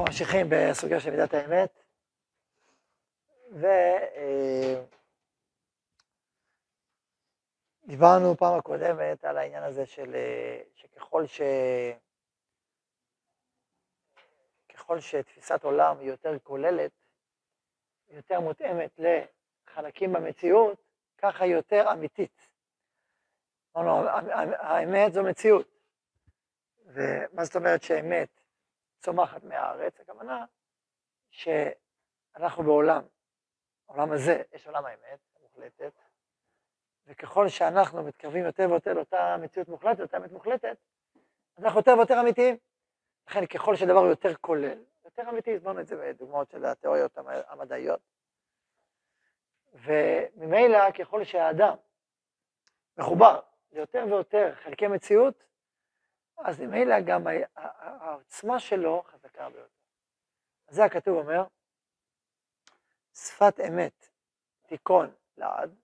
אנחנו ממשיכים בסוגיה של מידת האמת, ודיברנו פעם הקודמת על העניין הזה שככל שתפיסת עולם היא יותר כוללת, יותר מותאמת לחלקים במציאות, ככה יותר אמיתית. האמת זו מציאות. ומה זאת אומרת שאמת צומחת מהארץ? הכוונה שאנחנו בעולם הזה, יש עולם האמת המוחלטת, וככל שאנחנו מתקרבים יותר ויותר לאותה מציאות מוחלטת, לאותה אמת מוחלטת, אנחנו יותר ויותר אמיתיים. לכן ככל שדבר הוא יותר כולל, יותר אמיתי, הסברנו את זה בדוגמאות של התיאוריות המדעיות. וממילא ככל שהאדם מחובר ליותר ויותר חלקי מציאות, אז ממילא גם העוצמה שלו חזקה ביותר. אז זה הכתוב אומר, שפת אמת תיכון לעד,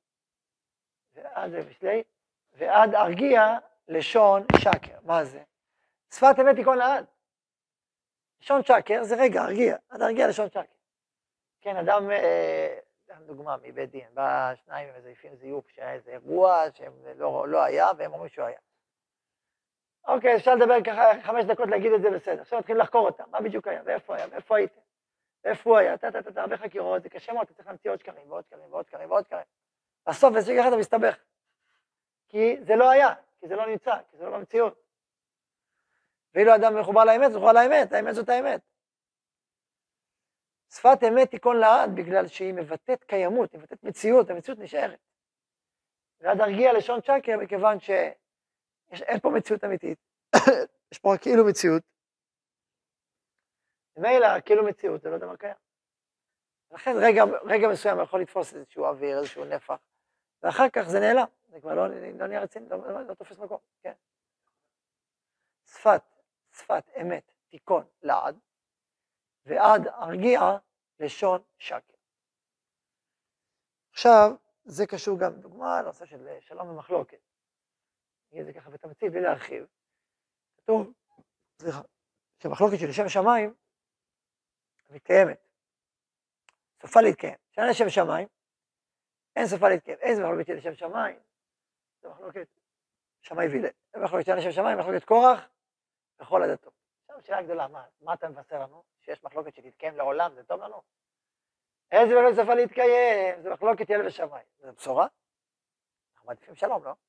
ועד ארגיע לשון שקר. מה זה? שפת אמת תיכון לעד. לשון שקר זה רגע, ארגיע, עד ארגיע לשון שקר. כן, אדם, דוגמה מבית דין, בא שניים ומזייפים זיוף שהיה איזה אירוע שהם לא היה, והם אומרים שהוא היה. אוקיי, אפשר לדבר ככה 5 דקות להגיד את זה בסדר. עכשיו מתחילים לחקור אותם, מה בדיוק היה, ואיפה היה, ואיפה הייתם, ואיפה הוא היה, הרבה חקירות, זה קשה מאוד, אתה צריך להמציא עוד שקרים, ועוד שקרים, ועוד שקרים, ועוד שקרים. בסוף איזה שככה אתה מסתבך. כי זה לא היה, כי זה לא נמצא, כי זה לא במציאות. ואילו אדם מחובר לאמת, זה מחובר לאמת, האמת זאת האמת. שפת אמת תיכון לעד, בגלל שהיא מבטאת קיימות, היא מבטאת מציאות, המציאות נשארת. ועד ארגיע לשון שקר, מכיוון שאין פה מציאות אמיתית, יש פה כאילו מציאות. ומילא, כאילו מציאות, זה לא דבר קיים. לכן רגע מסוים יכול לתפוס איזשהו אוויר, איזשהו נפח, ואחר כך זה נעלם, זה כבר לא נהיה רציני, לא תופס מקום, כן. שפת אמת תיכון לעד, ועד ארגיע לשון שקר. עכשיו, זה קשור גם דוגמה לנושא של שלום ומחלוקת. נגיד זה ככה בתמצית בלי להרחיב. כתוב, שמחלוקת של לשם שמיים מתקיימת. סופה להתקיים. שאין לשם שמיים, אין סופה להתקיים. איזה מחלוקת של לשם שמיים? זה מחלוקת שמאי וילה. זה מחלוקת של לשם שמיים, מחלוקת קורח וכל הדתות. עכשיו שאלה גדולה, מה אתה מבשר לנו? שיש מחלוקת שתתקיים לעולם, זה טוב לנו? איזה מחלוקת סופה להתקיים? זה מחלוקת יל ושמיים. זה בשורה? אנחנו מעדיפים שלום, לא?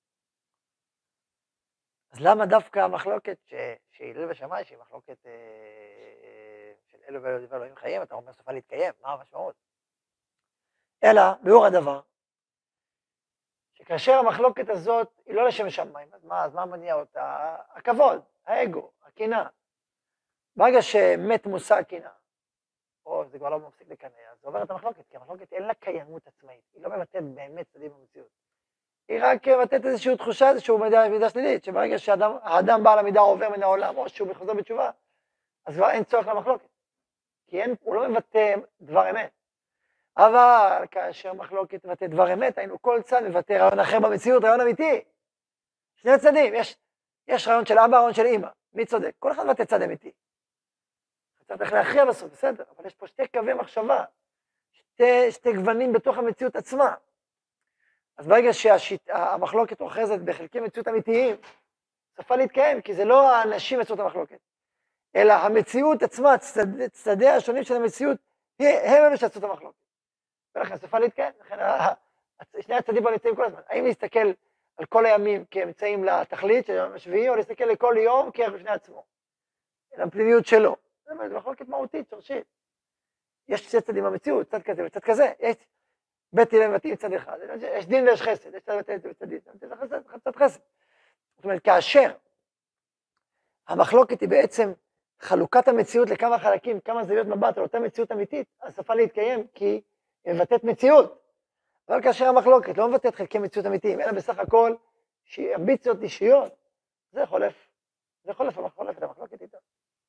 אז למה דווקא המחלוקת שהיא אל ושמיים, שהיא מחלוקת של אלו ואלוהים חיים, אתה אומר סופה להתקיים, מה המשמעות? אלא, ביאור הדבר, שכאשר המחלוקת הזאת היא לא לשם שמיים, אז מה מניע אותה? הכבוד, האגו, הקנאה. ברגע שמת מושג קנאה, או זה כבר לא מפסיק לקנא, אז זה עובר את המחלוקת, כי המחלוקת אין לה קיימות עצמאית, היא לא מבטאת באמת צדדים במציאות. היא רק מבטאת איזושהי תחושה, איזושהי מידה שלילית, שברגע שהאדם בעל המידה עובר מן העולם, או שהוא חוזר בתשובה, אז כבר אין צורך למחלוקת. כי הוא לא מבטא דבר אמת. אבל כאשר מחלוקת מבטא דבר אמת, היינו כל צד מבטא רעיון אחר במציאות, רעיון אמיתי. שני צדדים, יש רעיון של אבא, רעיון של אמא. מי צודק? כל אחד מבטא צד אמיתי. צריך להכריע בסוף, בסדר, אבל יש פה 2 קווי מחשבה, 2 גוונים בתוך המציאות עצמה. אז ברגע שהמחלוקת אוחזת בחלקי מציאות אמיתיים, סופה להתקיים, כי זה לא האנשים יצאו את המחלוקת, אלא המציאות עצמה, צדדיה השונים של המציאות, הם אלו שיצאו את המחלוקת. ולכן סופה להתקיים, לכן שני הצדדים פה נמצאים כל הזמן. האם להסתכל על כל הימים כאמצעים לתכלית של יום השביעי, או להסתכל לכל יום כערך בפני עצמו, על הפנימיות שלו. זה מחלוקת מהותית, שורשית. יש 2 צדדים במציאות, צד כזה וצד כזה. יש בית הלל מתאים צד אחד, יש דין ויש חסד, יש צד דין, צד חסד. זאת אומרת, כאשר המחלוקת היא בעצם חלוקת המציאות לכמה חלקים, כמה זוויות מבט על אותה מציאות אמיתית, אז סופה להתקיים כי היא מבטאת מציאות. אבל כאשר המחלוקת לא מבטאת חלקי מציאות אמיתיים, אלא בסך הכל שהיא אמביציות אישיות, זה חולף את המחלוקת איתה.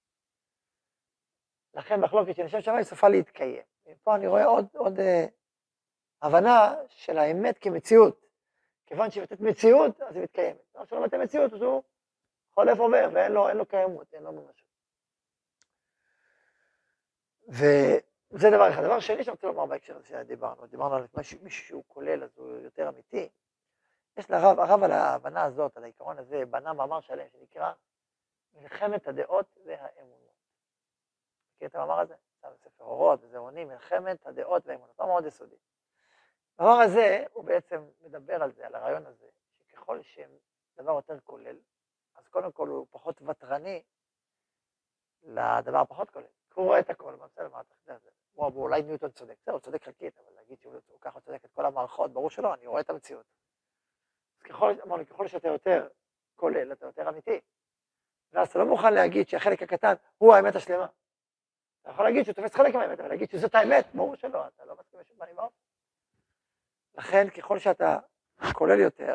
לכן מחלוקת של לשם שמיים סופה להתקיים. ופה אני רואה עוד הבנה של האמת כמציאות. כיוון שהיא מבטאת מציאות, אז היא מתקיימת. אבל כשלא מבטא מציאות, אז הוא חולף עובר, ואין לו קיימות, אין לו ממשות. וזה דבר אחד. דבר שני שאני רוצה לומר בהקשר הזה שדיברנו על מישהו שהוא כולל, אז הוא יותר אמיתי. יש הרב על ההבנה הזאת, על העיקרון הזה, בנה מאמר שלם שנקרא מלחמת הדעות והאמונות. מכיר את המאמר הזה? ספר אורות וזירונים, מלחמת הדעות והאמונות. זה מאוד יסודי. המאמר הזה, הוא בעצם מדבר על זה, על הרעיון הזה, שככל שדבר יותר כולל, אז קודם כל הוא פחות ותרני לדבר הפחות כולל. הוא רואה את הכל, מה בסדר, מה אתה חושב? הוא אולי ניוטון צודק, הוא צודק חלקית, אבל להגיד שהוא ככה צודק את כל המערכות, ברור שלא, אני רואה את המציאות. אז ככל שאתה יותר כולל, אתה יותר אמיתי. ואז אתה לא מוכן להגיד שהחלק הקטן הוא האמת השלמה. אתה יכול להגיד שהוא תופס חלק מהאמת, אבל להגיד שזאת האמת, ברור שלא, אתה לא מסכים לשום בני באופן. לכן, ככל שאתה כולל יותר,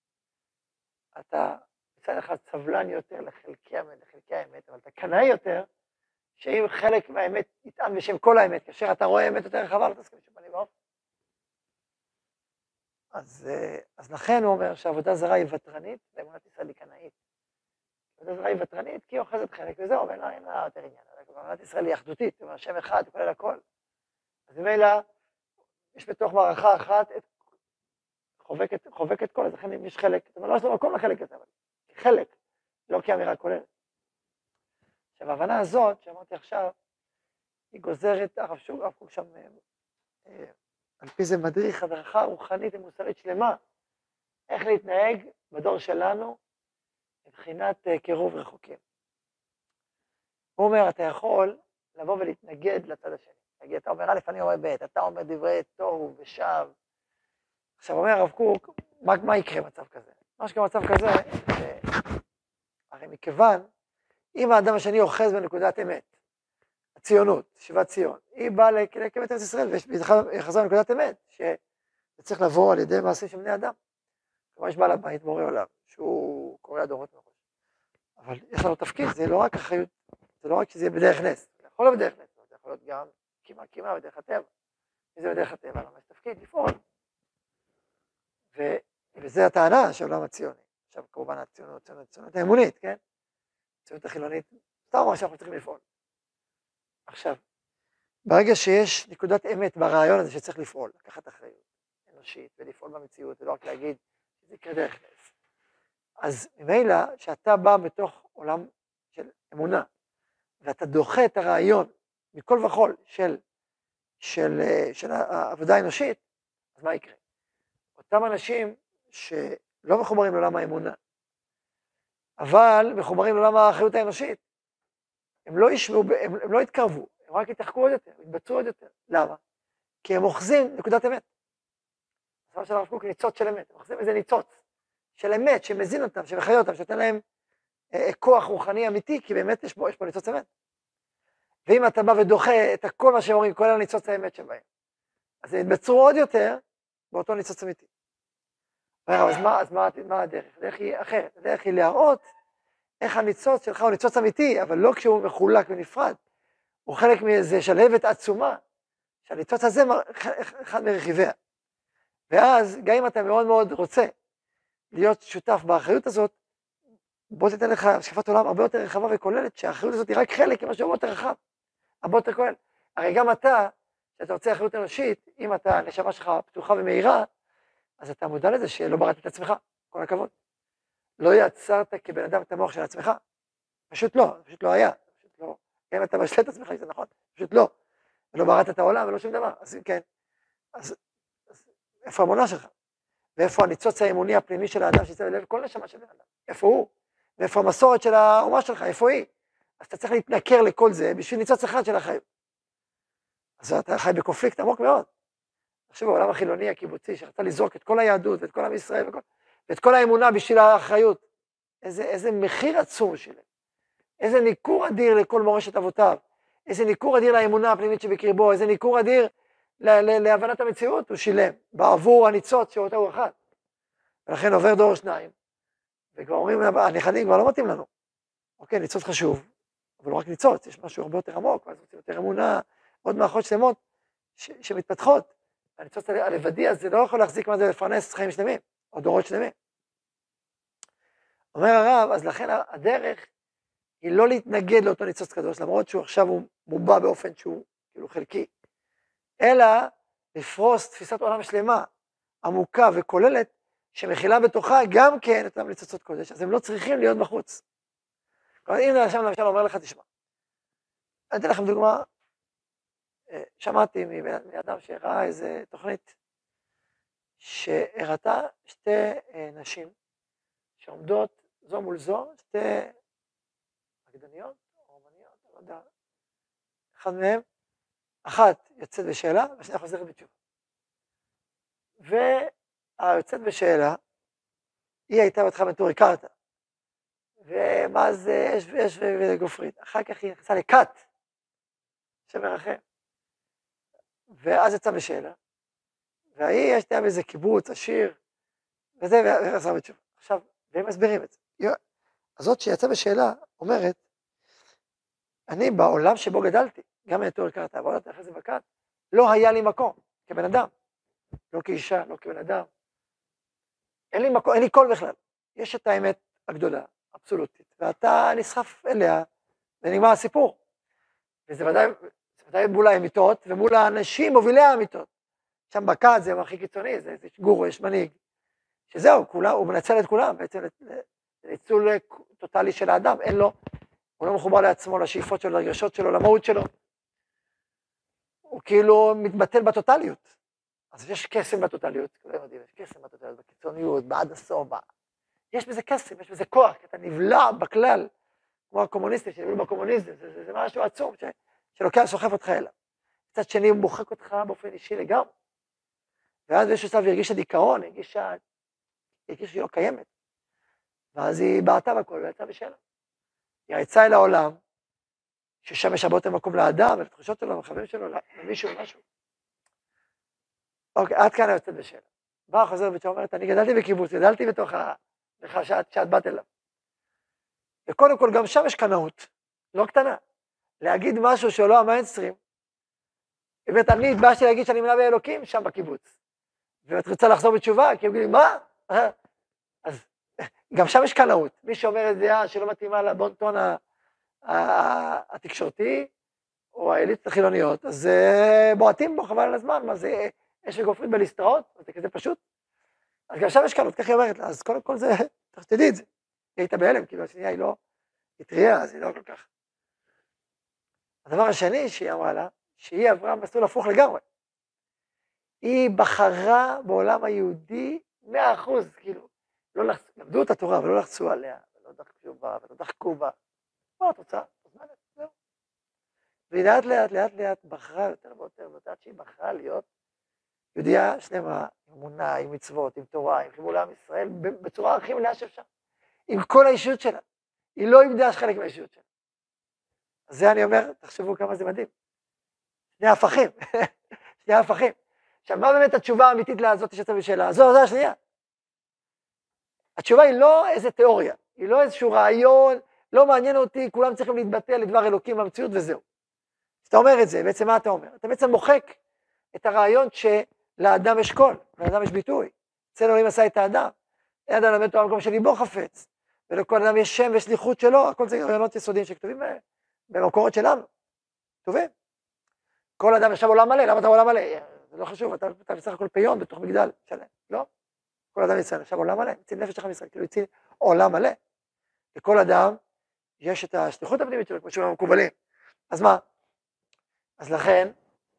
אתה מצד אחד סבלן יותר לחלקי האמת, אבל אתה קנאי יותר, שאם חלק מהאמת יטען בשם כל האמת, כאשר אתה רואה אמת יותר רחבה, לא תסכים לשום בני באופן. אז לכן הוא אומר שהעבודה זרה היא ותרנית, ואמונת ישראל היא קנאית. עבודה זרה היא ותרנית כי היא אוחזת חלק, וזהו, אין לה יותר עניין. אמונת ישראל היא אחדותית, הוא אומר שם אחד, הוא כולל הכל. אז ממילא, יש בתוך מערכה אחת, חובקת כל, אז לכן יש חלק, זאת אומרת, לא יש לו מקום לחלק הזה, אבל חלק, לא כאמירה כוללת. עכשיו, ההבנה הזאת, שאמרתי עכשיו, היא גוזרת, הרב קוק שם, על פי זה מדריך הדרכה רוחנית ומוסרית שלמה, איך להתנהג בדור שלנו, מבחינת קירוב רחוקים. הוא אומר, אתה יכול לבוא ולהתנגד לצד השני. אתה אומר, א', אני אומר ב', אתה אומר דברי תוהו ושב. עכשיו, אומר הרב קוק, מה יקרה במצב כזה? מה שקרה במצב כזה, הרי מכיוון, אם האדם השני אוחז בנקודת אמת, הציונות, שיבת ציון, היא באה להקים את ארץ ישראל, והיא חזרה בנקודת אמת, שצריך לבוא על ידי מעשים של בני אדם. כלומר, יש בעל הבית, בורא עולם, שהוא קורא הדורות מראש. אבל יש לנו תפקיד, זה לא רק אחריות, זה לא רק שזה יהיה בדרך נס, זה יכול להיות בדרך נס, זה יכול להיות גם קימה בדרך הטבע. אם זה בדרך הטבע, למה יש תפקיד לפעול. וזה הטענה של העולם הציוני. עכשיו, כמובן, הציונות האמונית, כן? הציונות החילונית, סתם אומר שאנחנו צריכים לפעול. עכשיו, ברגע שיש נקודת אמת ברעיון הזה שצריך לפעול, לקחת אחריות אנושית ולפעול במציאות, ולא רק להגיד שזה יקרה דרך נס. אז ממילא, שאתה בא בתוך עולם של אמונה, ואתה דוחה את הרעיון מכל וכל של העבודה האנושית, אז מה יקרה? אותם אנשים שלא מחוברים לעולם האמונה, אבל מחוברים לעולם האחריות האנושית, הם לא ישמעו, הם לא יתקרבו, הם רק יתחקו עוד יותר, יתבצעו עוד יותר. למה? כי הם אוחזים נקודת אמת. הסברה של הרב קוק ניצוץ של אמת, הם אוחזים איזה ניצוץ של אמת, שמזין אותם, שמחיה אותם, שנותן להם כוח רוחני אמיתי, כי באמת יש פה ניצוץ אמת. ואם אתה בא ודוחה את כל מה שהם אומרים, כל הניצוץ האמת שבהם, אז הם יתבצעו עוד יותר באותו ניצוץ אמיתי. אז מה הדרך? הדרך היא אחרת, הדרך היא להראות איך הניצוץ שלך הוא ניצוץ אמיתי, אבל לא כשהוא מחולק ונפרד, הוא חלק מאיזה שלהבת עצומה, שהניצוץ הזה אחד מרכיביה. ואז, גם אם אתה מאוד מאוד רוצה להיות שותף באחריות הזאת, בוא תתן לך השקפת עולם הרבה יותר רחבה וכוללת, שהאחריות הזאת היא רק חלק ממה שהוא הרבה יותר רחב, הרבה יותר כולל. הרי גם אתה, שאתה רוצה אחריות אנושית, אם אתה, הנשמה שלך פתוחה ומהירה, אז אתה מודע לזה שלא בראת את עצמך, כל הכבוד. לא יצרת כבן אדם את המוח של עצמך, פשוט לא היה, פשוט לא. גם אם אתה משלה את עצמך, זה נכון, פשוט לא. ולא בראת את העולם ולא שום דבר, אז כן. אז איפה האמונה שלך? ואיפה הניצוץ האמוני הפנימי של האדם שיצא בלב כל נשמה של בן אדם? איפה הוא? ואיפה המסורת של האומה שלך? איפה היא? אז אתה צריך להתנכר לכל זה בשביל ניצוץ אחד של החיים. אז אתה חי בקונפליקט עמוק מאוד. עכשיו בעולם החילוני הקיבוצי, שרצה לזרוק את כל היהדות ואת כל עם ישראל ואת כל האמונה בשביל האחריות. איזה מחיר עצום שלהם. איזה ניכור אדיר לכל מורשת אבותיו. איזה ניכור אדיר לאמונה הפנימית שבקרבו. איזה ניכור אדיר להבנת המציאות הוא שילם. בעבור הניצוץ שאותה הוא אחד. ולכן עובר דור שניים. וכבר אומרים, הנכדים כבר לא מתאים לנו. אוקיי, ניצוץ חשוב, אבל לא רק ניצוץ, יש משהו הרבה יותר עמוק, ואז רוצים יותר אמונה, עוד מערכות שלמות שמתפתחות. הניצוץ הלבדי הזה לא יכול להחזיק מה זה לפרנס חיים שלמים, או דורות שלמים. אומר הרב, אז לכן הדרך היא לא להתנגד לאותו ניצוץ קדוש, למרות שהוא עכשיו הוא מובע באופן שהוא כאילו חלקי, אלא לפרוס תפיסת עולם שלמה, עמוקה וכוללת, שמכילה בתוכה גם כן את ניצוצות קודש, אז הם לא צריכים להיות בחוץ. כלומר, אם למשל אומר לך, תשמע, אני אתן לכם דוגמה, שמעתי מאדם שראה איזה תוכנית, שהראתה שתי נשים, שעומדות זו מול זו, שתי רקדניות, או אומניות, לא יודע, אחד מהם, אחת יוצאת בשאלה, והשנייה חוזרת בתשובה. והיוצאת בשאלה, היא הייתה בהתחלה בטור הכרתה, ומה זה אש וגופרית, אחר כך היא נכנסה לכת, שמרחם, ואז יצאה בשאלה, והיא הייתה באיזה קיבוץ, עשיר, וזה, וחזרה בתשובה. עכשיו, והם מסבירים את זה. הזאת שיצאה בשאלה, אומרת, אני בעולם שבו גדלתי, גם בתור הכרתה, בעולת אחרי זה בכת, לא היה לי מקום, כבן אדם, לא כאישה, לא כבן אדם. אין לי מקום, אין לי קול בכלל. יש את האמת הגדולה, אבסולוטית, ואתה נסחף אליה, ונגמר הסיפור. וזה ודאי מול האמיתות, ומול האנשים מובילי האמיתות. שם בכת זה הכי קיצוני, זה גורו, יש מנהיג. שזהו, הוא מנצל את כולם, בעצם לניצול טוטלי של האדם, אין לו, הוא לא מחובר לעצמו, לשאיפות שלו, לרגשות שלו, למהות שלו. הוא כאילו מתבטל בטוטליות. אז יש קסם בטוטליות, יש קסם בטוטליות, בקיצוניות, בעד הסוף, יש בזה קסם, יש בזה כוח, כי אתה נבלע בכלל, כמו הקומוניסטים, שנבלעו בקומוניזם, זה משהו עצום, שלוקח, סוחף אותך אליו. קצת שני הוא מוחק אותך באופן אישי לגמרי. ואז באיזשהו שלב היא הרגישה דיכאון, היא הרגישה שהיא לא קיימת. ואז היא בעטה בכל, ויצאה בשאלה. היא יצאה אל העולם, ששם יש הרבה יותר מקום לאדם, ולתחושות שלו, לחברים שלו, למישהו, משהו. אוקיי, עד כאן אני יוצאת בשאלה. באה חוזרת ואומרת, אני גדלתי בקיבוץ, גדלתי בתוך שאת באת אליו. וקודם כל, גם שם יש קנאות, לא קטנה. להגיד משהו שהוא לא המיינסטרים, באמת, אני התבאשתי להגיד שאני מאמין באלוקים שם בקיבוץ. ואת רוצה לחזור בתשובה, כי הם אומרים, מה? אז גם שם יש קנאות. מי שאומר את זה שלא מתאימה לבונטון התקשורתי, או האליטות החילוניות, אז בועטים בו, חבל על הזמן, מה זה, אש וגופרית בליסטראות, זה כזה פשוט. אז גם שם יש קנאות, כך היא אומרת לה, אז קודם כל זה, תדעי את זה. היא הייתה בהלם, כאילו השנייה היא לא התריעה, אז היא לא כל כך. הדבר השני שהיא אמרה לה, שהיא עברה מסלול הפוך לגמרי. היא בחרה בעולם היהודי 100%, כאילו, למדו את התורה, ולא לחצו עליה, ולא דחקו בה, ולא דחקו בה. מה את רוצה? זהו. והיא לאט בחרה יותר ויותר, ואתה שהיא בחרה להיות יהודיה שלמה, עם אמונה, עם מצוות, עם תורה, עם חיבור לעם ישראל, בצורה הכי מלאה שאפשר. עם כל האישיות שלה. היא לא איבדה חלק מהאישיות שלה. אז זה אני אומר, תחשבו כמה זה מדהים. שני הפכים. עכשיו, מה באמת התשובה האמיתית לזאת שיצאה בשאלה? זו השנייה. התשובה היא לא איזה תיאוריה, היא לא איזשהו רעיון, לא מעניין אותי, כולם צריכים להתבטא לדבר אלוקים במציאות וזהו. כשאתה אומר את זה, בעצם מה אתה אומר? אתה בעצם מוחק את הרעיון שלאדם יש קול, לאדם יש ביטוי. אצל אלוהים עשה את האדם. אין אדם למד תורה במקום שליבו חפץ, ולכל אדם יש שם ושליחות שלו, הכל זה רעיונות יסודיים שכתובים במקורות שלנו. טובים. כל אדם ישב עולם מלא, למה אתה עולם מלא? זה לא חשוב, אתה בסך הכל פיון בתוך מגדל שלם, לא? כל אדם ישראל ישב עולם מלא, הציל נפש שלך מישראל, כאילו הציל עולם מלא. לכל אדם יש את השליחות הפנימית שלו, כמו שאומרים המקובלים. אז מה? אז לכן,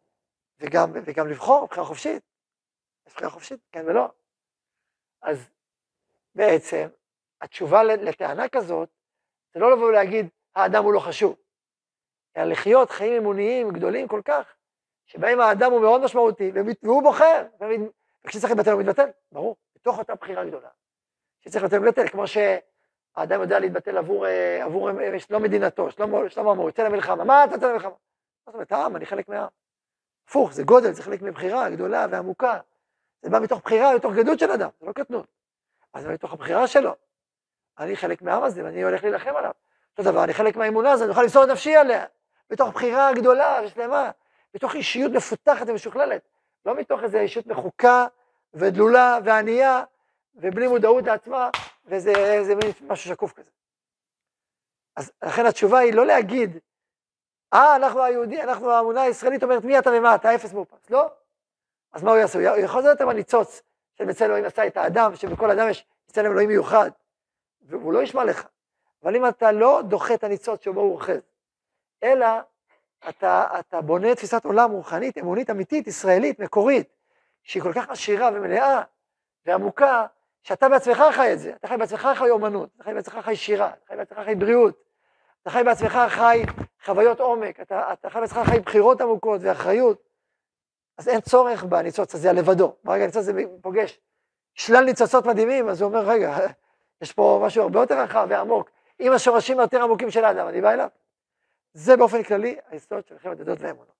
וגם לבחור, בחירה חופשית. יש בחירה חופשית, כן ולא. אז בעצם, התשובה לטענה כזאת, זה לא לבוא ולהגיד, האדם הוא לא חשוב. אלא לחיות חיים אמוניים גדולים כל כך, שבהם האדם הוא מאוד משמעותי, והוא בוחר, וכשצריך להתבטל הוא מתבטל, ברור, בתוך אותה בחירה גדולה. כשצריך להתבטל, כמו שהאדם יודע להתבטל עבור לא מדינתו, שלמה אמרו, יוצא למלחמה, מה אתה יוצא למלחמה? זאת אומרת, העם, אני חלק מהעם. הפוך, זה גודל, זה חלק מבחירה גדולה ועמוקה. זה בא מתוך בחירה, מתוך גדות של אדם, זה לא קטנות. אז זה מתוך הבחירה שלו. אני חלק מהעם הזה, ואני הולך להילחם עליו. אותו דבר, אני חלק מהאמונה הזאת, אני אוכל למסור את נפשי עליה. מתוך בחירה גדולה ושלמה, מתוך אישיות מפותחת ומשוכללת. לא מתוך איזו אישיות מחוקה ודלולה וענייה, ובלי מודעות לעצמה, וזה משהו שקוף כזה. אז לכן התשובה היא לא להגיד, אנחנו היהודי, אנחנו האמונה הישראלית אומרת, מי אתה ומה אתה, אפס מאופס, לא? אז מה הוא יעשו? הוא יכול להיות עם הניצוץ של בצלם אלוהים עשה את האדם, שבכל אדם יש בצלם אלוהים מיוחד, והוא לא ישמע לך. אבל אם אתה לא דוחה את הניצוץ שבו הוא אוחז, אלא אתה בונה תפיסת עולם רוחנית, אמונית, אמיתית, ישראלית, מקורית, שהיא כל כך עשירה ומלאה ועמוקה, שאתה בעצמך חי את זה. אתה חי בעצמך חי אומנות, אתה חי בעצמך חי שירה, אתה חי בעצמך חי בריאות, אתה חי בעצמך חי חוויות עומק, אתה חי בעצמך חי בחירות עמוקות ואחריות. אז אין צורך בניצוץ הזה לבדו. ברגע הניצוץ הזה פוגש שלל ניצוצות מדהימים, אז הוא אומר, רגע, יש פה משהו הרבה יותר רחב ועמוק, עם השורשים היותר עמוקים של האדם, אני בא אליו. זה באופן כללי היסוד של מלחמת הדעות והאמונות.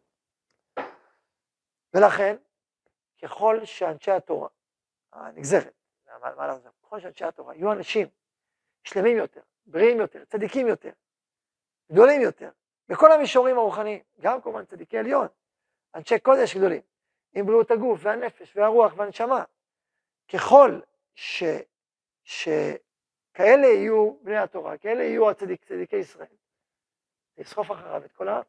ולכן, ככל שאנשי התורה, הנגזרת, ככל שאנשי התורה יהיו אנשים שלמים יותר, בריאים יותר, צדיקים יותר, גדולים יותר, בכל המישורים הרוחניים, גם כמובן צדיקי עליון, אנשי קודש גדולים, עם בריאות הגוף והנפש והרוח והנשמה, ככל שכאלה יהיו בני התורה, כאלה יהיו צדיקי ישראל, לסחוף אחריו את כל העם,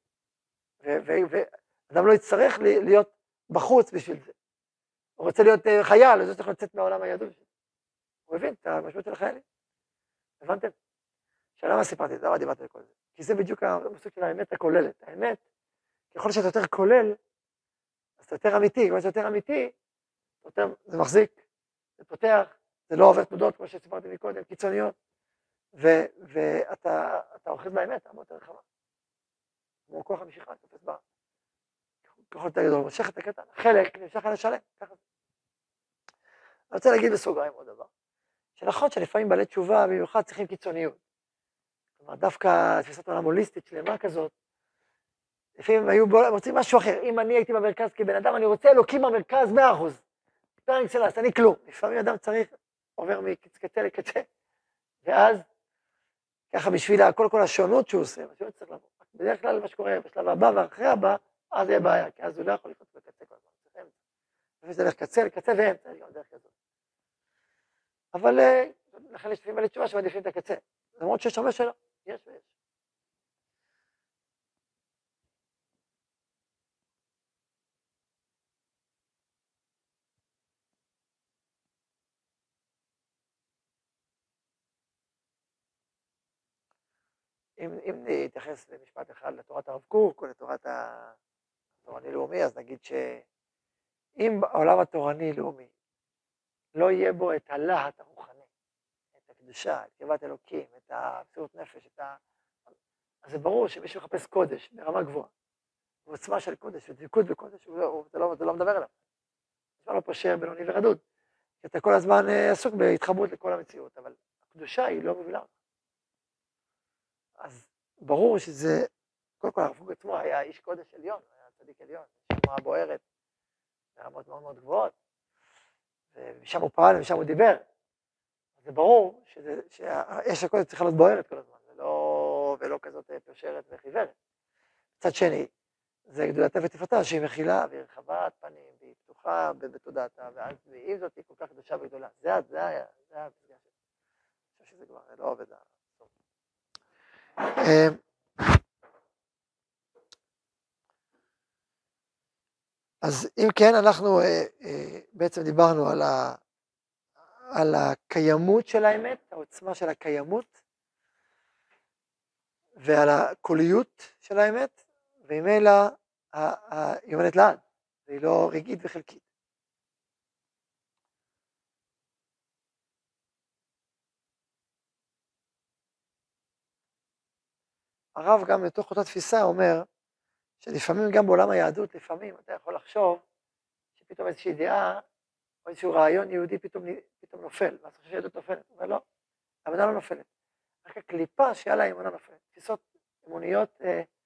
ואדם לא יצטרך להיות בחוץ בשביל זה. הוא רוצה להיות חייל, אז הוא צריך לצאת מהעולם הידוע שלו. הוא הבין את המשמעות של החיילים. הבנתם? שלמה סיפרתי את זה, למה דיברתי על כל זה? כי זה בדיוק המושג של האמת הכוללת. האמת, ככל שאתה יותר כולל, אז אתה יותר אמיתי. ככל שאתה יותר אמיתי, זה מחזיק, זה פותח, זה לא עובר תנודות, כמו שסיפרתי מקודם, קיצוניות. ואתה אוחז באמת, הרבה יותר רחבה. כמו כוח המשיכה, תופס בה. ככל יותר גדול, מושך את הקטן, חלק נמשך על השלם, ככה. אני רוצה להגיד בסוגריים עוד דבר, שנכון שלפעמים בעלי תשובה במיוחד צריכים קיצוניות. כלומר, דווקא תפיסת עולם הוליסטית שלמה כזאת, לפעמים היו רוצים משהו אחר. אם אני הייתי במרכז כבן אדם, אני רוצה אלוקים במרכז 100%. פר אקסלנס, אני כלום. לפעמים אדם צריך, עובר מקצה לקצה, ואז, ככה בשביל כל השונות שהוא עושה, מה שהוא צריך לבוא. בדרך כלל מה שקורה בשלב הבא ואחרי הבא, אז יהיה בעיה, כי אז הוא לא יכול לקרות בקצה כל הזמן, צריך אמצע. לפעמים זה דרך קצה לקצה ואמצע, יש גם דרך כזאת. אבל לכן יש לפעמים בעלי תשובה שמעדיפים את הקצה. למרות שיש הרבה שלא, יש ויש. אם נתייחס למשפט אחד לתורת הרב קוק או לתורת התורני-לאומי, אז נגיד שאם העולם התורני-לאומי לא יהיה בו את הלהט הרוחני, את הקדושה, את קרבת אלוקים, את המסירות נפש, אז זה ברור שמי שמחפש קודש ברמה גבוהה, ועוצמה של קודש ודבקות בקודש, זה לא מדבר אליו. זה לא פשר בינוני ורדוד, כי אתה כל הזמן עסוק בהתחברות לכל המציאות, אבל הקדושה היא לא מובילה. אז ברור שזה, קודם כל הרב קוק עצמו היה איש קודש עליון, היה צדיק עליון, שמועה בוערת, ברמות מאוד מאוד גבוהות, ומשם הוא פעל ומשם הוא דיבר. אז זה ברור שהאש הקודש צריכה להיות בוערת כל הזמן, ולא כזאת פשרת וחיוורת. מצד שני, זה גדולתה ותפארתה שהיא מכילה והיא רחבת פנים, והיא פתוחה בתודעתה, ועם זאת היא כל כך קדושה וגדולה. זה הפסגה שלה. אני חושב שזה כבר לא עובד. אז אם כן, אנחנו בעצם דיברנו על הקיימות של האמת, העוצמה של הקיימות, ועל הקוליות של האמת, וממילא היא עומדת לעד, והיא לא רגעית וחלקית. הרב גם לתוך אותה תפיסה אומר, שלפעמים גם בעולם היהדות, לפעמים אתה יכול לחשוב, שפתאום איזושהי דעה, או איזשהו רעיון יהודי פתאום נופל, ואז חושב שיהדות נופלת, אבל לא, האמונה לא נופלת. רק הקליפה שהיה לה האמונה נופלת. תפיסות אמוניות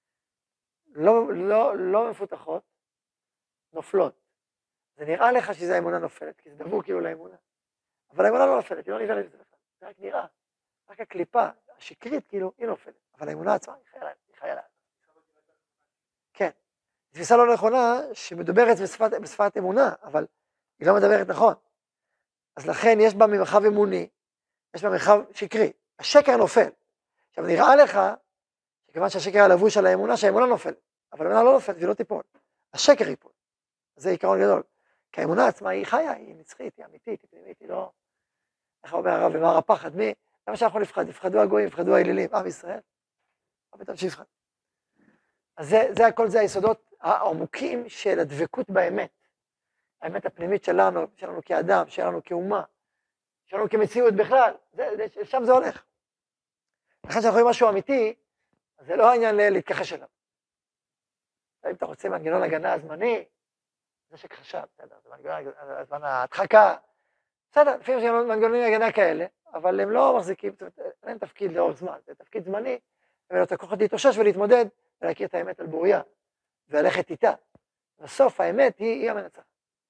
לא מפותחות, נופלות. זה נראה לך שזה האמונה נופלת, כי זה דבור כאילו לאמונה. אבל האמונה לא נופלת, היא לא נבהלת בזה בכלל. זה רק נראה. רק הקליפה, השקרית כאילו, היא נופלת. אבל האמונה עצמה היא חיה לה. כן. תפיסה לא נכונה שמדוברת בשפת אמונה, אבל היא לא מדברת נכון. אז לכן יש בה מרחב אמוני, יש בה מרחב שקרי. השקר נופל. עכשיו נראה לך מכיוון שהשקר הלבוש על האמונה, שהאמונה נופלת, אבל האמונה לא נופלת והיא לא תיפול, השקר ייפול. זה עיקרון גדול, כי האמונה עצמה היא חיה, היא נצחית, היא אמיתית, היא פנימית, היא לא... איך אומר הרב, ומה הפחד, מי? למה שאנחנו נפחד? יפחדו הגויים, יפחדו האלילים, עם ישראל, מה פתאום שיפחד? אז זה הכל, זה היסודות העמוקים של הדבקות באמת, האמת הפנימית שלנו כאדם, שלנו כאומה, שלנו כמציאות בכלל, שם זה הולך. לכן שאנחנו רואים משהו אמיתי, אז זה לא העניין להתכחש אליו. אם אתה רוצה מנגנון הגנה זמני, זה שכחשה, בסדר, זה מנגנון ההדחקה, בסדר, לפעמים יש מנגנונים הגנה כאלה, אבל הם לא מחזיקים, אין להם תפקיד לאורך זמן, זה תפקיד זמני, אבל אתה כוחת להתאושש ולהתמודד, ולהכיר את האמת על בוריה, וללכת איתה. בסוף האמת היא המנצחת.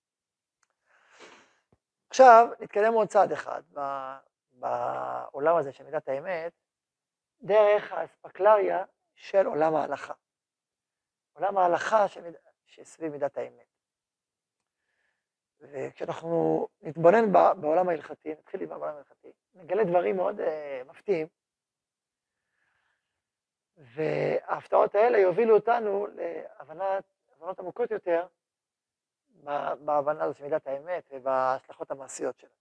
עכשיו, נתקדם עוד צעד אחד, בעולם הזה של מידת האמת, דרך האספקלריה של עולם ההלכה. עולם ההלכה שסביב מידת האמת. וכשאנחנו נתבונן בעולם ההלכתי, נתחיל בעולם ההלכתי, נגלה דברים מאוד מפתיעים, וההפתעות האלה יובילו אותנו להבנות עמוקות יותר, בהבנה הזאת של מידת האמת ובהשלכות המעשיות שלה.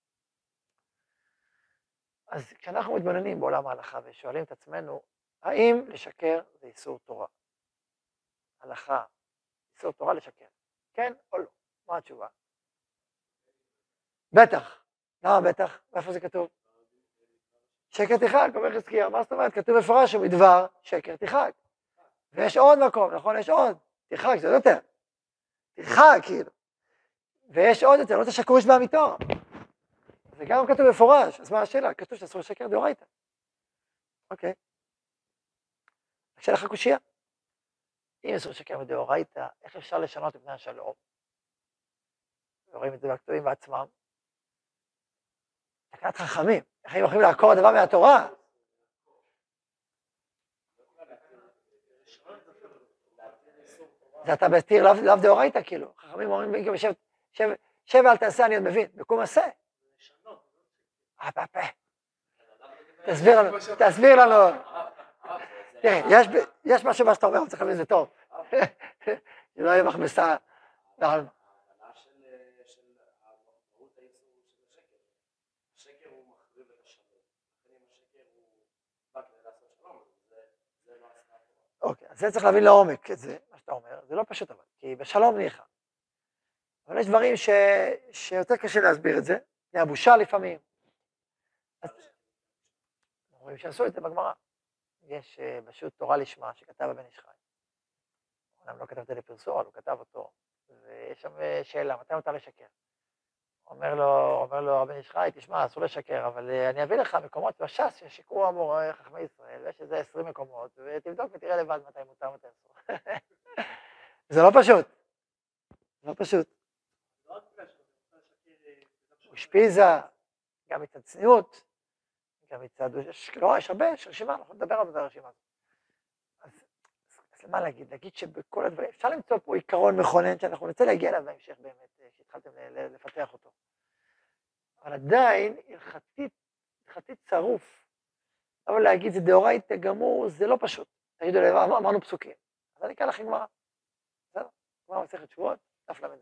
אז כשאנחנו מתבוננים בעולם ההלכה ושואלים את עצמנו, האם לשקר זה איסור תורה? הלכה, איסור תורה לשקר, כן או לא? מה התשובה? בטח. למה בטח? איפה זה כתוב? שקר תחק, אומר חזקיה. מה זאת אומרת? כתוב מפורש שמדבר שקר תחק. ויש עוד מקום, נכון? יש עוד. תחק, זה יותר. תחק, כאילו. ויש עוד יותר, לא תשקרו איש באמיתו. זה גם כתוב מפורש. אז מה השאלה? כתוב שאסור לשקר דאורייתא. אוקיי. השאלה לך קושיה. אם אסור לשקר בדאורייתא, איך אפשר לשנות את פני השלום? ורואים את זה בכתובים בעצמם. תקנת חכמים, איך הם יכולים לעקור הדבר מהתורה? זה אתה בסתיר לאו דאורייתא, כאילו. חכמים אומרים, שב ואל תעשה, אני עוד מבין, בקום עשה. תסביר לנו. תראה, יש משהו מה שאתה אומר, צריך להבין, זה טוב. זה לא יהיה מחמסה. אוקיי, אז זה צריך להבין לעומק את זה, מה שאתה אומר, זה לא פשוט אבל, כי בשלום ניחא. אבל יש דברים שיותר קשה להסביר את זה, זה הבושה לפעמים. אז רואים שעשו את זה בגמרא. יש פשוט תורה לשמה שכתב הבן איש חי. הוא לא כתב את זה לפרסום, אבל הוא כתב אותו, ויש שם שאלה, מתי מותר לשקר? אומר לו הבן איש חי, תשמע, אסור לשקר, אבל אני אביא לך מקומות בש"ס ששיקרו אמור חכמי ישראל, ויש איזה 20 מקומות, ותבדוק ותראה לבד מתי מותר מתי אסור. זה לא פשוט. לא פשוט. הוא השפיזה, גם מצד צניעות, גם מצד... לא, יש הרבה, יש רשימה, אנחנו נדבר על זה הרשימה. אז למה להגיד? להגיד שבכל הדברים, אפשר למצוא פה עיקרון מכונן, שאנחנו נצא להגיע אליו בהמשך באמת, שהתחלתם לפתח אותו. אבל עדיין, הלכתית צרוף. אבל להגיד זה דאורייתא גמור, זה לא פשוט. תגידו לי, אמרנו פסוקים. אז אני אקרא לכם גמרא. בסדר? גמרא מסכת שבועות, דף ל"א.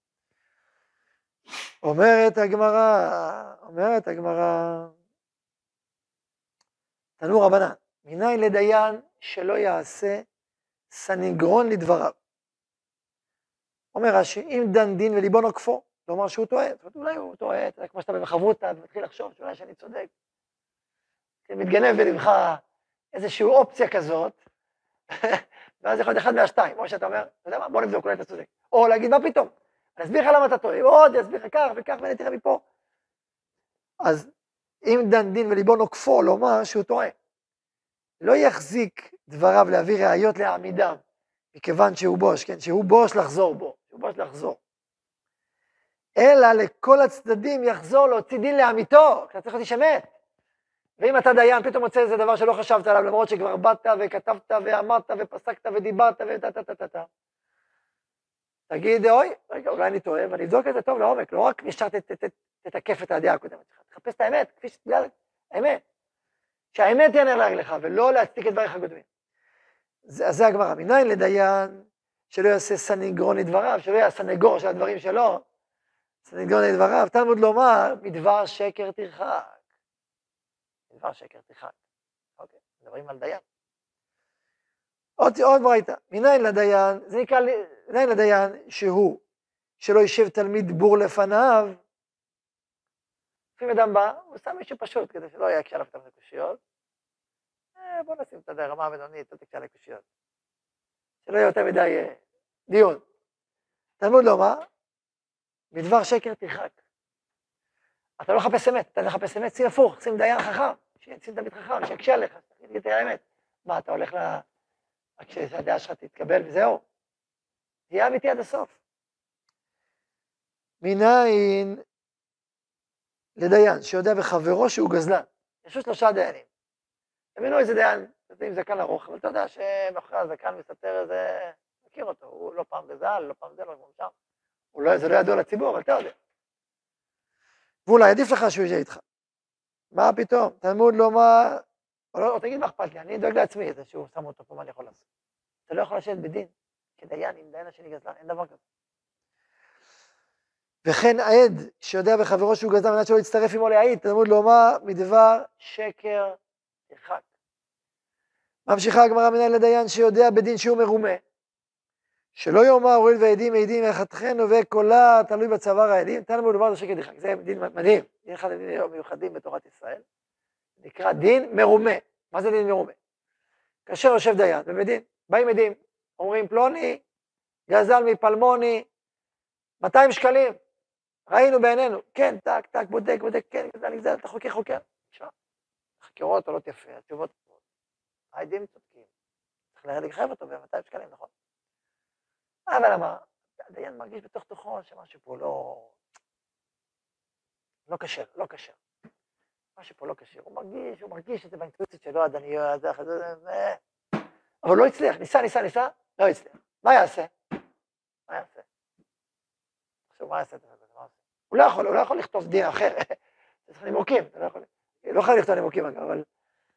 אומרת הגמרא, תנו רבנן, מניין לדיין שלא יעשה סניגרון לדבריו. אומר רש"י, אם דן דין וליבו נוקפו, לומר שהוא טועה, זאת אומרת, אולי הוא טועה, כמו שאתה במחברותה ומתחיל לחשוב שאולי שאני צודק. מתגנב בלבך איזושהי אופציה כזאת, ואז יכול להיות אחד מהשתיים, או שאתה אומר, אתה יודע מה, בוא נבדוק, אולי אתה צודק. או להגיד, מה פתאום? אני אסביר לך למה אתה טועה, עוד אסביר לך כך וכך, ואני תראה מפה. אז אם דן דין וליבו נוקפו, לומר שהוא טועה. לא יחזיק דבריו להביא ראיות להעמידם, מכיוון שהוא בוש, כן? שהוא בוש לחזור בו, שהוא בוש לחזור. אלא לכל הצדדים יחזור להוציא דין לאמיתו, כי אתה צריך להיות איש אמת. ואם אתה דיין, פתאום מוצא איזה דבר שלא חשבת עליו, למרות שכבר באת וכתבת ואמרת ופסקת ודיברת וטטטטטטט. תגיד, אוי, רגע, אולי אני טועה, ואני אבדוק את זה טוב לעומק, לא רק ישר תתקף את הדעה הקודמת שלך, תחפש את האמת, כפי שבגלל האמת. שהאמת תהיה נר לרגליך, ולא להצדיק את דבריך הקודמים. אז זה הגמרא, מניין לדיין שלא יעשה סניגרון לדבריו, שלא יהיה הסנגור של הדברים שלו, סניגרון לדבריו, תלמוד לומר, מדבר שקר תרחק. מדבר שקר תרחק. אוקיי, מדברים על דיין. עוד ברייתא, מניין לדיין, זה נקרא מניין לדיין שהוא, שלא יישב תלמיד בור לפניו, לפעמים אדם בא, הוא שם מישהו פשוט, כדי שלא יהיה יקשה עליו את הקושיות, בוא נשים את הרמה הבינונית, לא תקשה לקושיות. שלא יהיה יותר מדי דיון. תלמוד לומר, מדבר שקר תרחק. אתה לא מחפש אמת, אתה מחפש אמת, שים הפוך, שים דיין חכם, שים תלמיד חכם, שיקשה עליך, תגיד את האמת. מה, אתה הולך רק שהדעה שלך תתקבל וזהו. תהיה אמיתי עד הסוף. מניין לדיין שיודע בחברו שהוא גזלן. יש 3 דיינים. תבינו איזה דיין, עם זקן ארוך, אבל אתה יודע שמאחורי הזקן מסתתר איזה, מכיר אותו, הוא לא פעם גזל, לא פעם זה, לא פעם שם. זה לא ידוע לציבור, אבל אתה יודע. ואולי עדיף לך שהוא יהיה איתך. מה פתאום? תלמוד לומר, או תגיד מה אכפת לי, אני דואג לעצמי את זה שהוא שם אותו פה, מה אני יכול לעשות? אתה לא יכול לשבת בדין, כדיין עם דיין השני גזלן, אין דבר כזה. וכן העד שיודע בחברו שהוא גזלן, מנת שלא יצטרף עמו להעיד, תלמוד לומר מדבר שקר תרחק. ממשיכה הגמרא מניין לדיין שיודע בדין שהוא מרומה, שלא יאמר הואיל ועדים מעידים אחד וקולה תלוי בצוואר העדים, תלמוד לומר שקר תרחק. זה דין מדהים, דין אחד הדין מיוחדים בתורת ישראל, נקרא דין מרומה. מה זה דין מרומה? כאשר יושב דיין ובדין, באים עדים, אומרים פלוני, גזל מפלמוני, 200 שקלים, ראינו בעינינו, כן, טק, טק, בודק, כן, גזל, אתה חוקר. חקירות עולות יפה, התשובות טובות. העדים צודקים. צריך לחייב אותו ב-200 שקלים, נכון? אבל למה? הדיין מרגיש בתוך תוכו שמשהו פה לא קשר. משהו פה לא קשר. הוא מרגיש את זה באינטואיציות שלו, אבל לא הצליח, ניסה, לא הצליח. מה יעשה? עכשיו, מה יעשה? הוא לא יכול לכתוב דין אחר. צריך נימוקים, לא יכול לכתוב נימוקים, אגב, אבל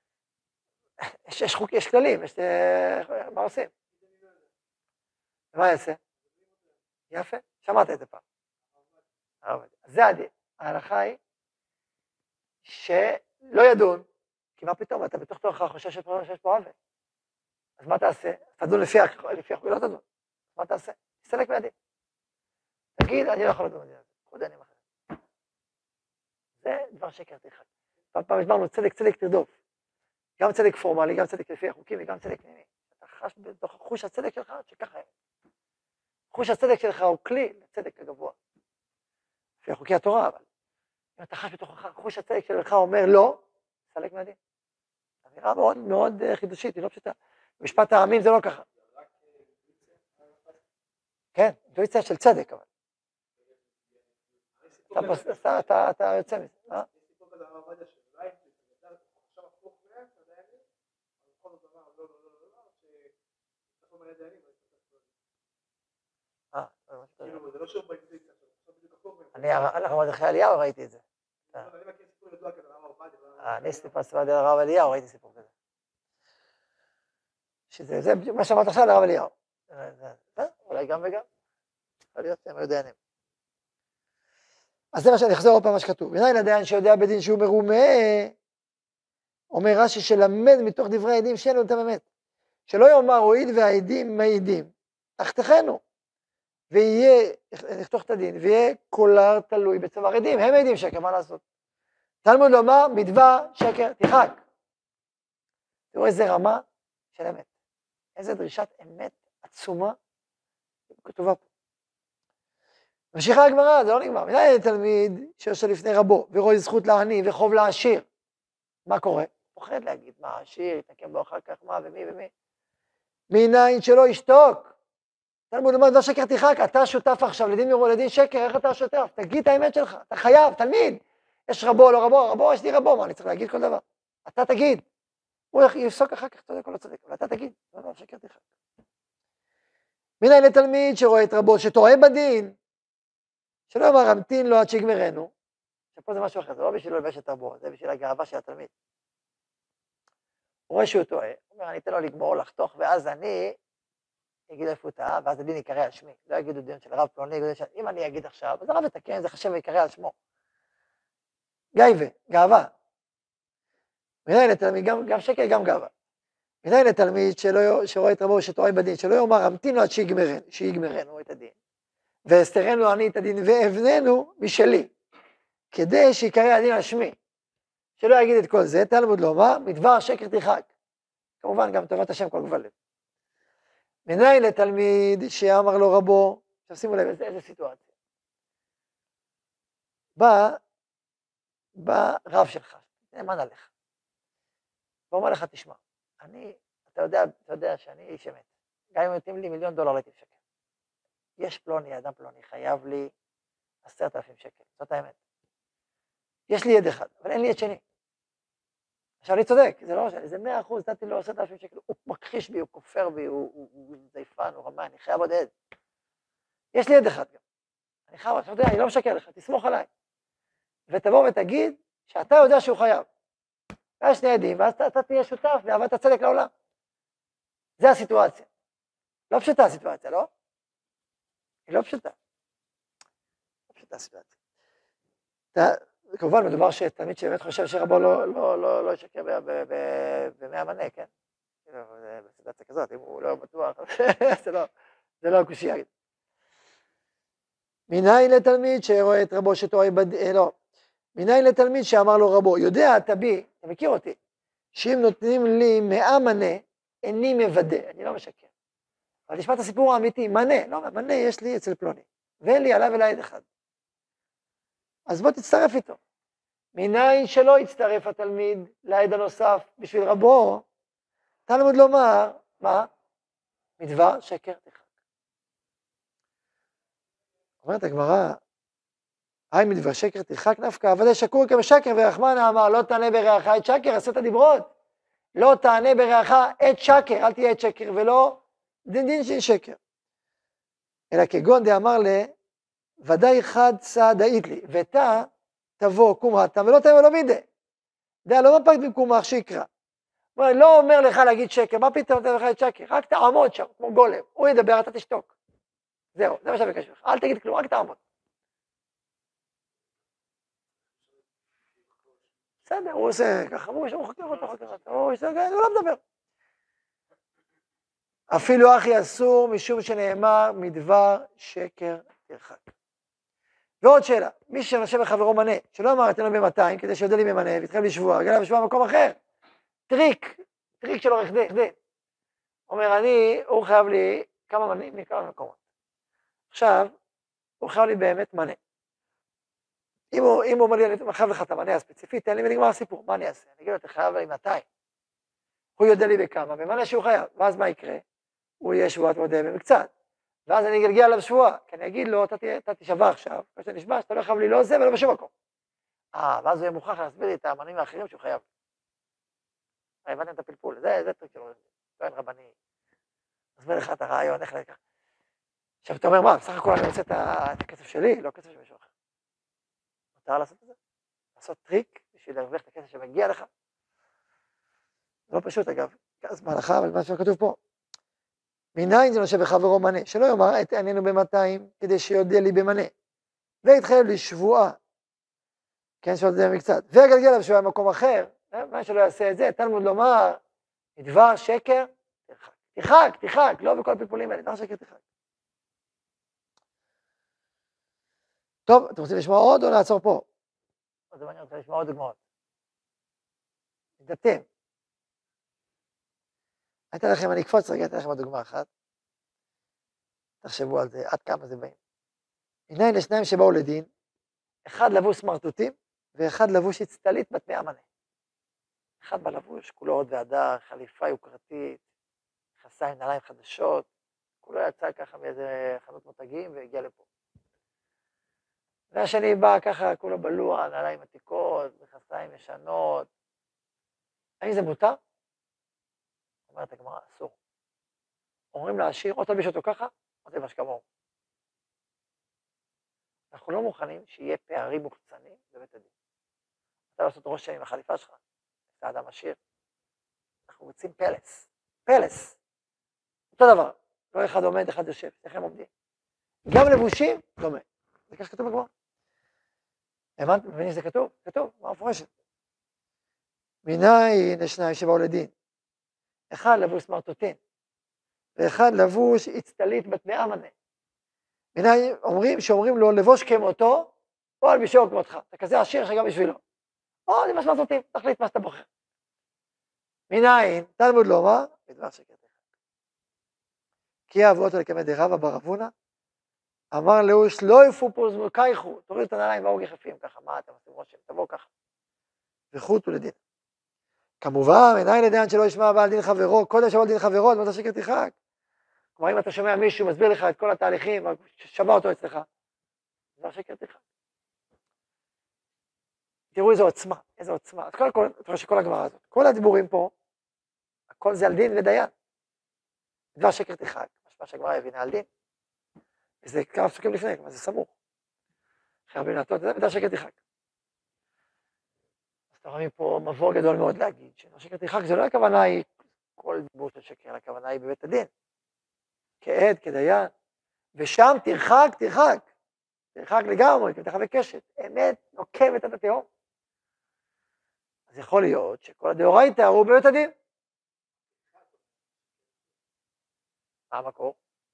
יש כללים, מה עושים? מה יעשה? יפה, שמעת את זה פעם. זה הדין. ההלכה היא שלא ידון, כי מה פתאום, אתה בתוך תורך חושב שיש פה עוול. אז מה תעשה? תדון לפי החוק, לא תדון. מה תעשה? תסתלק מהדין. תגיד, אני לא יכול לדון בדין הזה. חוד דיינים אחרים. זה דבר שקר תרחק. פעם הסברנו, צדק תרדוף. גם צדק פורמלי, גם צדק לפי החוקים וגם צדק פנימי. אתה חש בתוך חוש הצדק שלך שככה. חוש הצדק שלך הוא כלי לצדק הגבוה. לפי חוקי התורה, אבל אם אתה חש בתוך חוש הצדק שלך אומר לא, תסתלק מהדין. אמירה מאוד מאוד חידושית, היא לא פשוטה. במשפט העמים זה לא ככה. כן, אינטואיציה של צדק, אבל. אתה יוצא מזה, אה? אני על הרב אחרי אליהו ראיתי את זה. אני סיפרתי על הרב אליהו, ראיתי סיפור כזה. שזה מה שאמרת עכשיו לרב אליהו. אולי גם וגם. יכול להיות, הם היו דיינים. אז זה מה שאני אחזור עוד פעם מה שכתוב. מניין לדיין שיודע בדין שהוא מרומה, אומר רש"י שלמד מתוך דברי העדים שאין לו אותם אמת. שלא יאמר הואיל והעדים מעידים, אחתכנו, ויהיה, נכתוך את הדין, ויהיה קולר תלוי בצוואר עדים, הם עדים שקר, מה לעשות? תלמוד לומר, מדבר שקר תרחק. תראו איזה רמה של אמת. איזה דרישת אמת עצומה כתובה פה. ממשיכה הגמרא, זה לא נגמר. מניין תלמיד שיושב לפני רבו, ורואה זכות לעני וחוב לעשיר. מה קורה? פוחד להגיד, מה העשיר, יתנקם בו אחר כך, מה ומי. מניין שלא ישתוק. תלמוד לומר דבר שקר תרחק, אתה שותף עכשיו לדין שקר, איך אתה שותף? תגיד את האמת שלך, אתה חייב, תלמיד. יש רבו, לא רבו, יש לי רבו, מה אני צריך להגיד כל דבר? אתה תגיד. הוא יפסוק אחר כך, אתה יודע כל הצדק, אבל אתה תגיד, דבר שקר תרחק. מניין לתלמיד שרואה את רבו, שטועה בדין, שלא יאמר המתין לו עד שיגמרנו, שפה זה משהו אחר, זה לא בשביל לבש את רבו, זה בשביל הגאווה של התלמיד. הוא רואה שהוא טועה, הוא אומר, אני אתן לו לגמור, לחתוך, ואז אני אגיד איפה הוא טעה, ואז הדין יקרא על שמי. לא יגידו דין של הרב פלוני, אם אני אגיד עכשיו, אז הרב יתקן, זה חשב ויקרא על שמו. גאווה, גאווה. מנין לתלמיד, גם שקר, גם גאווה. מנין לתלמיד שרואה את רבו שטועה בדין, שלא יאמר, המתינו עד שיגמרנו את הדין, והסתרנו אני את הדין, והבננו משלי, כדי שיקרא הדין על שמי. שלא יגיד את כל זה, תלמוד לומר, מדבר שקר תרחק. כמובן, גם טובת השם כל גבל לב. מנין לתלמיד שאמר לו רבו, עכשיו שימו לב איזה סיטואציה. בא רב שלך, נאמן עליך, ואומר לך, תשמע, אתה יודע שאני איש אמת, גם אם נותנים לי $1,000,000 הייתי משקר. יש פלוני, אדם פלוני, חייב לי 10,000 שקל, זאת האמת. יש לי יד אחד, אבל אין לי יד שני. עכשיו אני צודק, זה לא משנה, זה 100%, נתתי לו 10,000 שקל, הוא מכחיש בי, הוא כופר בי, הוא זייפן, הוא רמה, אני חייב עוד עד. יש לי יד אחד גם. אני חייב, אתה יודע, אני לא משקר לך, תסמוך עליי. ותבוא ותגיד שאתה יודע שהוא חייב. יש שני עדים, ואז אתה תהיה שותף ואהבת הצדק לעולם. זה הסיטואציה. לא פשוטה הסיטואציה, לא? היא לא פשוטה. לא פשוטה הסיטואציה. כמובן מדובר שתמיד שבאמת חושב שרבו לא ישקר במאה מנה, כן? בסיטואציה כזאת, אם הוא לא בטוח, זה לא הקושי. מנין לתלמיד שרואה את רבו שטועה לא. מנין לתלמיד שאמר לו רבו, יודע אתה מכיר אותי, שאם נותנים לי 100 מנה, איני מוודא, אני לא משקר. אבל תשמע את הסיפור האמיתי, מנה יש לי אצל פלוני, ואין לי עליו אלא עד אחד. אז בוא תצטרף איתו. מנין שלא יצטרף התלמיד לעד הנוסף בשביל רבו, תלמוד לומר, מה? מדבר שקר תרחק. אומרת הגמרא, מדבר שקר תרחק נפקא, אבל שקור כמשקר, ורחמנה אמר, לא תענה ברעך את שקר, עשה את הדיברות. לא תענה ברעך את שקר, אל תהיה את שקר, ולא דין של שקר. אלא כגון דאמר ודאי חד צעדאית לי, ותא תבוא קומתה, ולא תבוא לא מידה. דעה לא מפקד במקומך שיקרא. לא אומר לך להגיד שקר, מה פתאום תבוא לך את שקר? רק תעמוד שם, כמו גולם. הוא ידבר, אתה תשתוק. זהו, זה מה שבקש ממך. אל תגיד כלום, רק תעמוד. בסדר, הוא עושה ככה, הוא חוקר אותו, הוא לא מדבר. אפילו אחי אסור, משום שנאמר, מדבר שקר תרחק. ועוד שאלה, מי שנושב לחברו מנה, שלא אמר אתנו ב-200, כדי שיודע לי ממנה, ויתחייב לי שבוע, גלה בשבוע במקום אחר. טריק של עורך דין. אומר, הוא חייב לי כמה מנים מכמה מקומות. עכשיו, הוא חייב לי באמת מנה. אם הוא אומר לי, אני חייב לך את המנה הספציפית, תן לי ונגמר הסיפור, מה אני אעשה? אני אגיד לו, אתה חייב לי 200. הוא יודע לי בכמה, במנה שהוא חייב, ואז מה יקרה? הוא יהיה שבועת מודה במקצת. ואז אני אגלגל עליו שבועה, כי אני אגיד לו, אתה תשבע עכשיו, כשאתה נשבע, שאתה לא חייב לי לא זה ולא בשום מקום. ואז הוא יהיה מוכרח להסביר לי את המנים האחרים שהוא חייב. הבנתם את הפלפול, זה טריק שלו, טוען רבני. מסביר לך את הרעיון, איך לקח. עכשיו אתה אומר, מה, בסך הכל אני רוצה את הכסף שלי, לא כסף של מישהו אחר. מותר לעשות את זה? לעשות טריק בשביל להרוויח את הכסף שמגיע לך? לא פשוט אגב, אז בהלכה, אבל מה שכתוב פה. מנין זה נושב בחברו מנה, שלא יאמר את ענינו ב-200, כדי שיודע לי במנה, ויתחייב לי שבועה, כן, שעוד זה מקצת, ויגלגל עליו שבועה במקום אחר, מה שלא יעשה את זה, תלמוד לומר, מדבר שקר, תרחק, לא בכל הפלפולים האלה, דבר שקר תרחק. טוב, אתם רוצים לשמוע עוד או לעצור פה? אז אני רוצה לשמוע עוד דוגמאות. נדתם. אני אקפוץ רגע, אתן לכם עוד דוגמה אחת. תחשבו על זה, עד כמה זה באים. הנה לשניים שבאו לדין, אחד לבוש סמרטוטים, ואחד לבוש הצטלית בטמאה מנה. אחד בלבוש, כולו עוד והדר, חליפה יוקרתית, מכנסיים, נעליים חדשות, כולו יצא ככה מאיזה חנות מותגים והגיע לפה. והשני בא ככה, כולו בלוע, נעליים עתיקות, מכנסיים ישנות. האם זה מותר? אומרת הגמרא, אסור. אומרים לעשיר, או תלביש אותו ככה, או תלבש כמוהו. אנחנו לא מוכנים שיהיה פערים מוחצנים בבית הדין. אתה לעשות רושם עם החליפה שלך, אתה אדם עשיר. אנחנו רוצים פלס, פלס. אותו דבר, לא אחד עומד, אחד יושב, שניכם עומדים. גם לבושים, דומה. זה כך כתוב בגמרא. הבנת? מבינים שזה כתוב? כתוב, מה מפורשת? מניין השניים שבאו לדין. אחד לבוש סמרטוטין, ואחד לבוש הצטלית בתנאה מנה. מניין אומרים שאומרים לו לבוש כמותו, או על בישור כמותך. אתה כזה עשיר שגם בשבילו. או זה מה סמרטוטין, תחליט מה שאתה בוחר. מניין, תלמוד לומר, בדבר שקר תחק. כי אהבו אותו לקמא דרבא בר אבונה, אמר לאוש לא יפופו זמוקייכו, תורידו את הנעליים והאוג יחפים ככה, מה אתם עושים רושם, תבואו ככה. וחוטו לדין. כמובן, עיניי לדיין שלא ישמע בעל דין חברו, קודש אבל דין חברו, אז מה שקר תחק. כלומר, אם אתה שומע מישהו, מסביר לך את כל התהליכים, ששמע אותו אצלך, דבר שקר תחק. תראו איזו עוצמה, איזו עוצמה. אז קודם כל, אתה רואה שכל הגמרא הזאת, כל הדיבורים פה, הכל זה על דין ודיין. דבר שקר תחק, משמע שהגמרא הבינה על דין. וזה כמה פסוקים לפני, כלומר זה סמוך. אחרי הרבה נעתות, זה דבר שקר תחק. אז אתה רואה מפה מבוא גדול מאוד להגיד, שדבר שקר תחק זה לא הכוונה היא כל דיבור של שקר, הכוונה היא בבית הדין. כעד, כדיין. ושם תרחק, תרחק. תרחק לגמרי, כי תחווה קשת. אמת נוקבת עד התהום. אז יכול להיות שכל הדאורייתא הוא בבית הדין. מה המקור?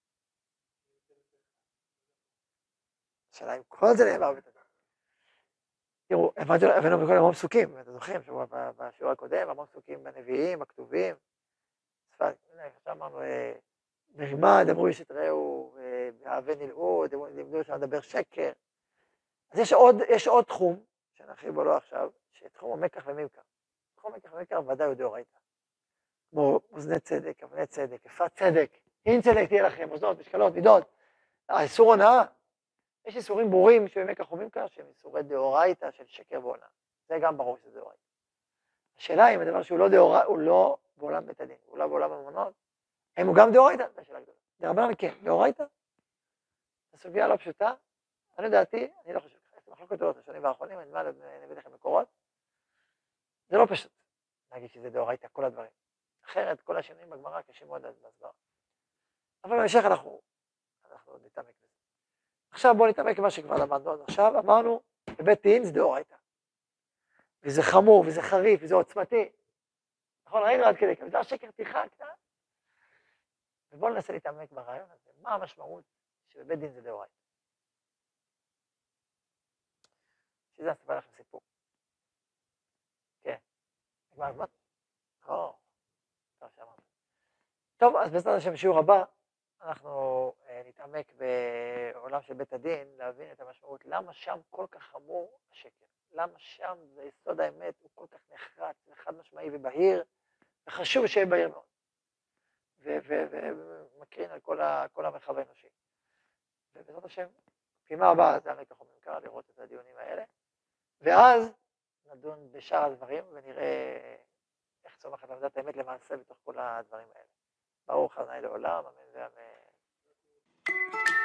השאלה אם כל זה נאמר בבית הדין. תראו, הבאנו בכל המון פסוקים, אתם זוכרים, בשיעור הקודם, המון פסוקים בנביאים, בכתובים. עכשיו אמרנו, מרימה, דברו איש את רעהו, באהבה נלאו, לימדו שם לדבר שקר. אז יש עוד תחום, שנרחיב בו לא עכשיו, שתחום המקח וממכר. תחום המקח וממכר ודאי הוא דאורייתא. כמו אוזני צדק, אבני צדק, יפת צדק, אין צדק תהיה לכם, אוזנות, משקלות, מידות. האיסור הונאה. יש איסורים ברורים שבמקח וממכר, שהם איסורי דאורייתא של שקר והונאה. זה גם ברור שזה דאורייתא. השאלה אם הדבר שהוא לא דאורייתא, הוא לא בעולם בית הדין, הוא לא בעולם הממונות, האם הוא גם דאורייתא? זו שאלה גדולה. דרבנן כן, דאורייתא? הסוגיה לא פשוטה, אני לדעתי, אני לא חושב, יש מחלוקת גדולות השנים והאחרונים, אני אביא לכם מקורות, זה לא פשוט להגיד שזה דאורייתא, כל הדברים. אחרת, כל השינויים בגמרא קשים מאוד להסבר. אבל בהמשך אנחנו נתעמק בזה. עכשיו בואו נתעמק במה שכבר למדנו עד עכשיו, אמרנו, בבית דין זה דאורייתא. וזה חמור, וזה חריף, וזה עוצמתי. נכון, ראינו עד כדי, כבדה שקר תרחק, ובואו ננסה להתעמק ברעיון הזה, מה המשמעות שבבית דין זה דאורייתא. שזה אספר לכם סיפור. כן. נגמר הזמן? טוב, שאמרנו. טוב, אז בעזרת השם בשיעור הבא, אנחנו נתעמק בעולם של בית הדין, להבין את המשמעות, למה שם כל כך חמור השקר, למה שם זה יסוד האמת, הוא כל כך נחרץ, וחד משמעי ובהיר, וחשוב שיהיה בהיר מאוד. ומקרין על כל המרחב האנושי. ובעזרת השם, פעימה הבאה זה המקח וממכר, לראות את הדיונים האלה, ואז נדון בשאר הדברים ונראה איך צומחת עבודת האמת למעשה בתוך כל הדברים האלה. ברוך ה' לעולם, אמן ואמן.